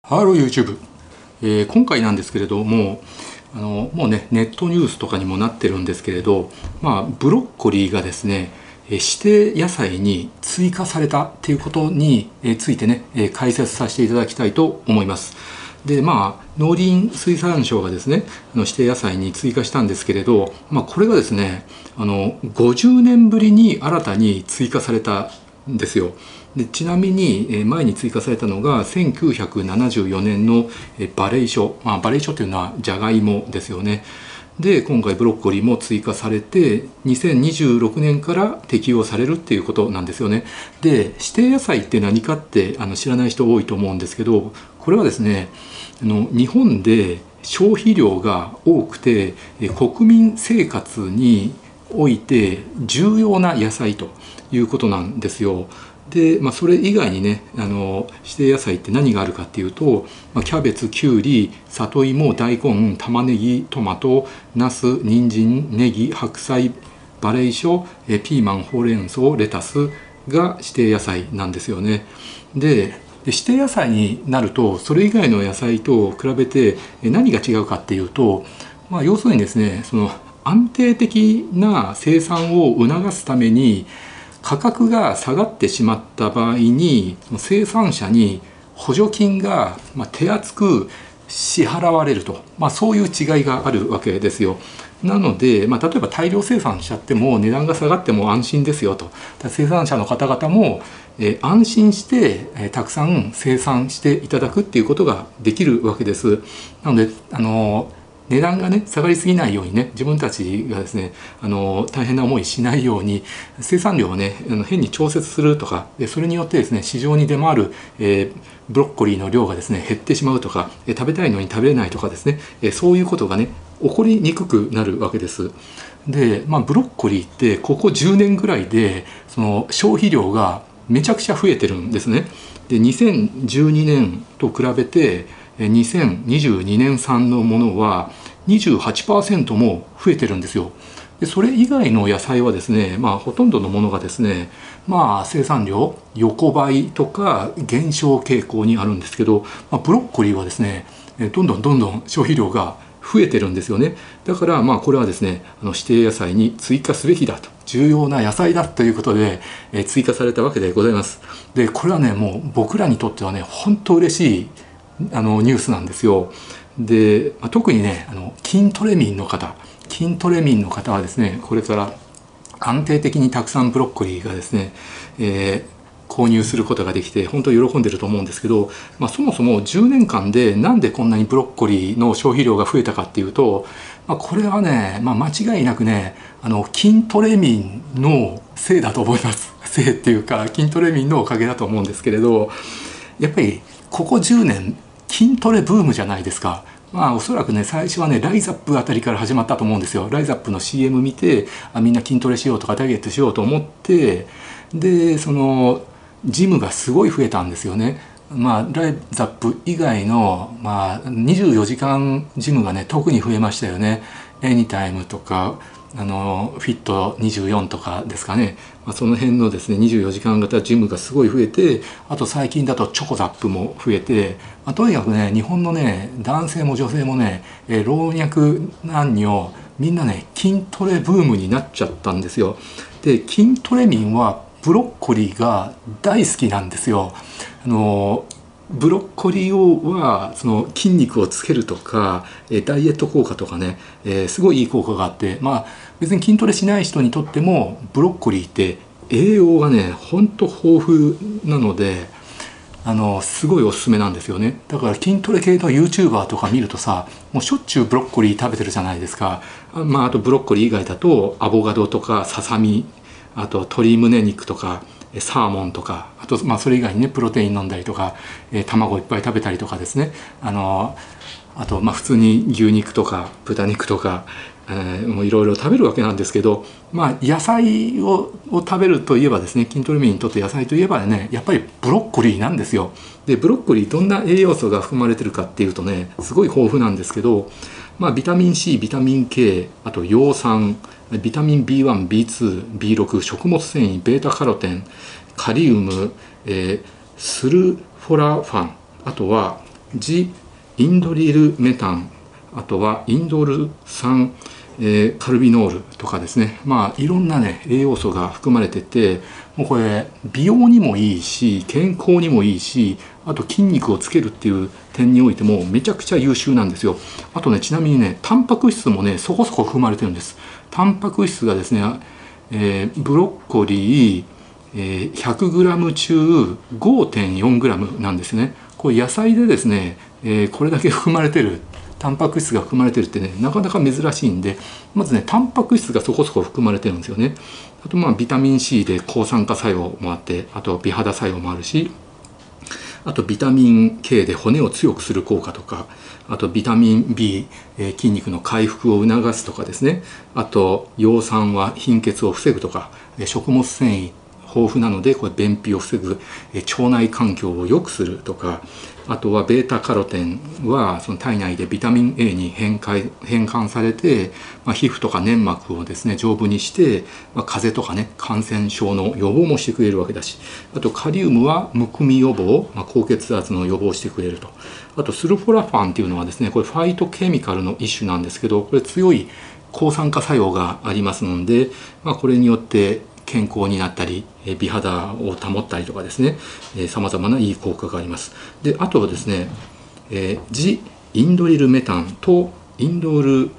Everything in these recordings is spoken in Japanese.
ハロー YouTube、今回なんですけれども、もうねネットニュースとかにもなってるんですけれど、ブロッコリーがですね指定野菜に追加されたっていうことについてね解説させていただきたいと思います。で農林水産省がですね指定野菜に追加したんですけれど、これがですね50年ぶりに新たに追加されたんですよ。でちなみに前に追加されたのが1974年のバレイショ、バレイショというのはジャガイモですよね。で今回ブロッコリーも追加されて2026年から適用されるっていうことなんですよね。で指定野菜って何かって知らない人多いと思うんですけど、これはですね日本で消費量が多くて国民生活において重要な野菜ということなんですよ。で、それ以外にね指定野菜って何があるかっていうと、キャベツ、きゅうり、里芋、大根、玉ねぎ、トマト、ナス、人参、ネギ、白菜、バレイショ、ピーマン、ほうれん草、レタスが指定野菜なんですよね。で指定野菜になるとそれ以外の野菜と比べて何が違うかっていうと、要するにですね安定的な生産を促すために価格が下がってしまった場合に生産者に補助金が手厚く支払われると、そういう違いがあるわけですよ。なので、例えば大量生産しちゃっても値段が下がっても安心ですよと。生産者の方々も安心してたくさん生産していただくっていうことができるわけです。なので値段がね下がりすぎないようにね自分たちがですね大変な思いしないように生産量をね変に調節するとかで、それによってですね市場に出回る、ブロッコリーの量がですね減ってしまうとか食べたいのに食べれないとかですねそういうことがね起こりにくくなるわけです。で、ブロッコリーってここ10年ぐらいでその消費量がめちゃくちゃ増えてるんですね。で2012年と比べて2022年産のものは 28% も増えてるんですよ。でそれ以外の野菜はですねほとんどのものがですね生産量横ばいとか減少傾向にあるんですけど、ブロッコリーはですねどんどん消費量が増えてるんですよね。だからこれはですね指定野菜に追加すべきだと、重要な野菜だということで追加されたわけでございます。でこれはねもう僕らにとってはね本当嬉しいニュースなんですよ。で特にね筋トレ民の方はですねこれから安定的にたくさんブロッコリーがですね、購入することができて本当に喜んでると思うんですけど、そもそも10年間でなんでこんなにブロッコリーの消費量が増えたかっていうと、これはね、間違いなくね筋トレ民のせいだと思います。せいっていうか筋トレ民のおかげだと思うんですけれど、やっぱりここ10年筋トレブームじゃないですか。おそらくね最初はねライザップあたりから始まったと思うんですよ。ライザップの CM 見てみんな筋トレしようとかダイエットしようと思って、でそのジムがすごい増えたんですよね。ライザップ以外の、24時間ジムがね特に増えましたよね。エニタイムとかフィット24とかですかね、その辺のですね24時間型ジムがすごい増えて、あと最近だとチョコザップも増えて、とにかくね日本のね男性も女性もね老若男女みんなね筋トレブームになっちゃったんですよ。で筋トレ民はブロッコリーが大好きなんですよ。ブロッコリーはその筋肉をつけるとかダイエット効果とかね、すごいいい効果があって、別に筋トレしない人にとってもブロッコリーって栄養がねほんと豊富なのですごいおすすめなんですよね。だから筋トレ系の YouTuber とか見るとさもうしょっちゅうブロッコリー食べてるじゃないですか。あとブロッコリー以外だとアボカドとかささみ、あと鶏胸肉とかサーモンとか、あとそれ以外にねプロテイン飲んだりとか卵いっぱい食べたりとかですね、あと普通に牛肉とか豚肉とかもういろいろ食べるわけなんですけど、野菜を食べるといえばですね筋トレ民にとって野菜といえばねやっぱりブロッコリーなんですよ。でブロッコリーどんな栄養素が含まれてるかっていうとねすごい豊富なんですけど、ビタミン C、ビタミン K、あと葉酸、ビタミン B1、B2、B6、食物繊維、ベータカロテン、カリウム、スルフォラファン、あとはジインドリルメタン、あとはインドル酸、カルビノールとかですね、いろんなね栄養素が含まれてて、もうこれ美容にもいいし健康にもいいし、あと筋肉をつけるっていう点においてもめちゃくちゃ優秀なんですよ。あとね、ちなみにねタンパク質もねそこそこ含まれてるんです。タンパク質がですね、ブロッコリー、100g 中 5.4g なんですね。これ野菜でですね、これだけ含まれてるタンパク質が含まれてるってね、なかなか珍しいんで、まずねタンパク質がそこそこ含まれてるんですよね。あとビタミン C で抗酸化作用もあって、あと美肌作用もあるし、あとビタミン K で骨を強くする効果とか、あとビタミン B、筋肉の回復を促すとかですね、あと葉酸は貧血を防ぐとか、食物繊維豊富なのでこれ便秘を防ぐ、腸内環境を良くするとか、あとはベータカロテンはその体内でビタミン A に変換されて、皮膚とか粘膜をですね丈夫にして、風邪とかね感染症の予防もしてくれるわけだし、あとカリウムはむくみ予防、高血圧の予防をしてくれると。あとスルフォラファンっていうのはですね、これファイトケミカルの一種なんですけど、これ強い抗酸化作用がありますので、これによって健康になったり美肌を保ったりとかですね、さまざまないい効果があります。であとはですね、ジインドリルメタンとインドル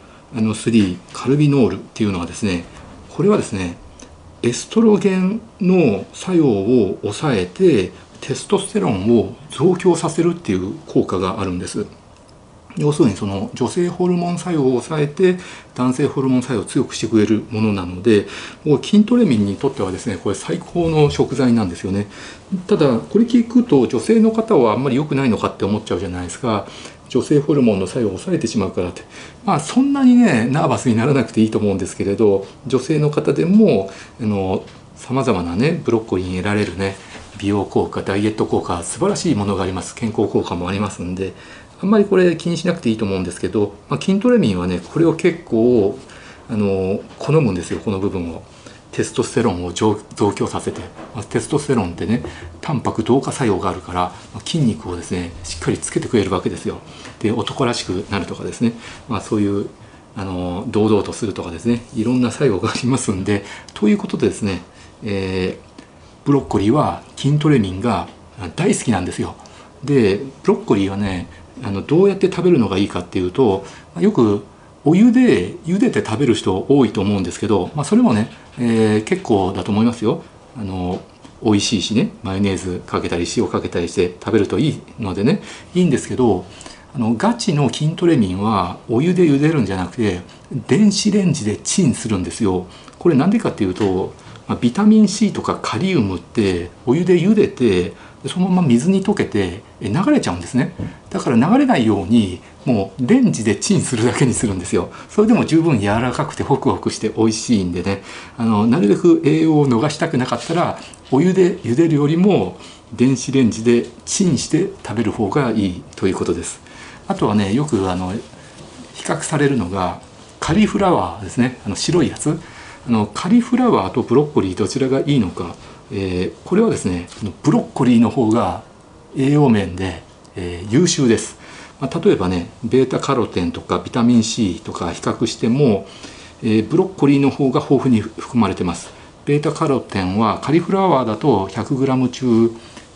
3カルビノールっていうのはですね、これはですねエストロゲンの作用を抑えてテストステロンを増強させるっていう効果があるんです。要するにその女性ホルモン作用を抑えて男性ホルモン作用を強くしてくれるものなので、もう筋トレ民にとってはですねこれ最高の食材なんですよね。ただこれ聞くと女性の方はあんまり良くないのかって思っちゃうじゃないですか。女性ホルモンの作用を抑えてしまうからって、そんなにねナーバスにならなくていいと思うんですけれど、女性の方でもさまざまなねブロッコリーに得られるね美容効果、ダイエット効果、素晴らしいものがあります。健康効果もありますんで、あんまりこれ気にしなくていいと思うんですけど、筋トレ民はねこれを結構好むんですよ。この部分をテストステロンを増強させて、テストステロンってねタンパク同化作用があるから、筋肉をですねしっかりつけてくれるわけですよ。で男らしくなるとかですね、そういう堂々とするとかですね、いろんな作用がありますんで、ということでですね、ブロッコリーは筋トレ民が大好きなんですよ。でブロッコリーはねどうやって食べるのがいいかっていうと、よくお湯で茹でて食べる人多いと思うんですけど、それもね、結構だと思いますよ。美味しいしね、マヨネーズかけたり塩かけたりして食べるといいのでね、いいんですけど、ガチの筋トレ民はお湯で茹でるんじゃなくて電子レンジでチンするんですよ。これなんでかっていうと、ビタミン C とかカリウムってお湯で茹でてそのまま水に溶けて流れちゃうんですね。だから流れないようにもうレンジでチンするだけにするんですよ。それでも十分柔らかくてホクホクして美味しいんでね、なるべく栄養を逃したくなかったらお湯で茹でるよりも電子レンジでチンして食べる方がいいということです。あとはね、よく比較されるのがカリフラワーですね。白いやつ、カリフラワーとブロッコリーどちらがいいのか、これはですねブロッコリーの方が栄養面で、優秀です。例えばねベータカロテンとかビタミン C とか比較しても、ブロッコリーの方が豊富に含まれてます。ベータカロテンはカリフラワーだと 100g 中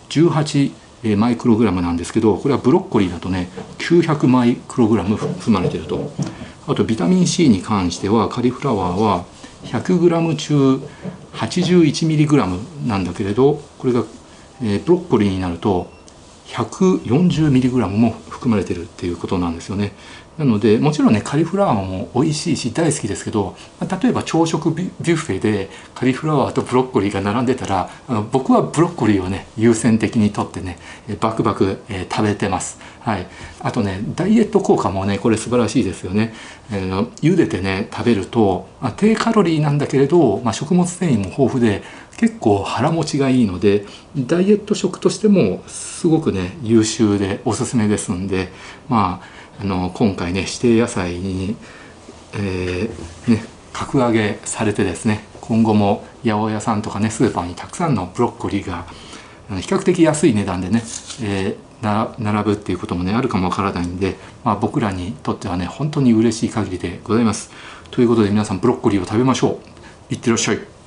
18マイクログラムなんですけど、これはブロッコリーだとね900マイクログラム含まれていると。あとビタミン C に関してはカリフラワーは 100g 中 81mg なんだけれど、これが、ブロッコリーになると 140mg も含まれているっていうことなんですよね。なのでもちろんねカリフラワーも美味しいし大好きですけど、例えば朝食ビュッフェでカリフラワーとブロッコリーが並んでたら僕はブロッコリーをね優先的にとってねバクバク、食べてます。はい、あとねダイエット効果もねこれ素晴らしいですよね。茹でてね食べると低カロリーなんだけれど、食物繊維も豊富で結構腹持ちがいいのでダイエット食としてもすごくね優秀でおすすめですんで、今回ね指定野菜に、格上げされてですね、今後も八百屋さんとかねスーパーにたくさんのブロッコリーが比較的安い値段でね、 並ぶっていうこともねあるかもわからないんで、僕らにとってはね本当に嬉しい限りでございます。ということで皆さんブロッコリーを食べましょう。いってらっしゃい。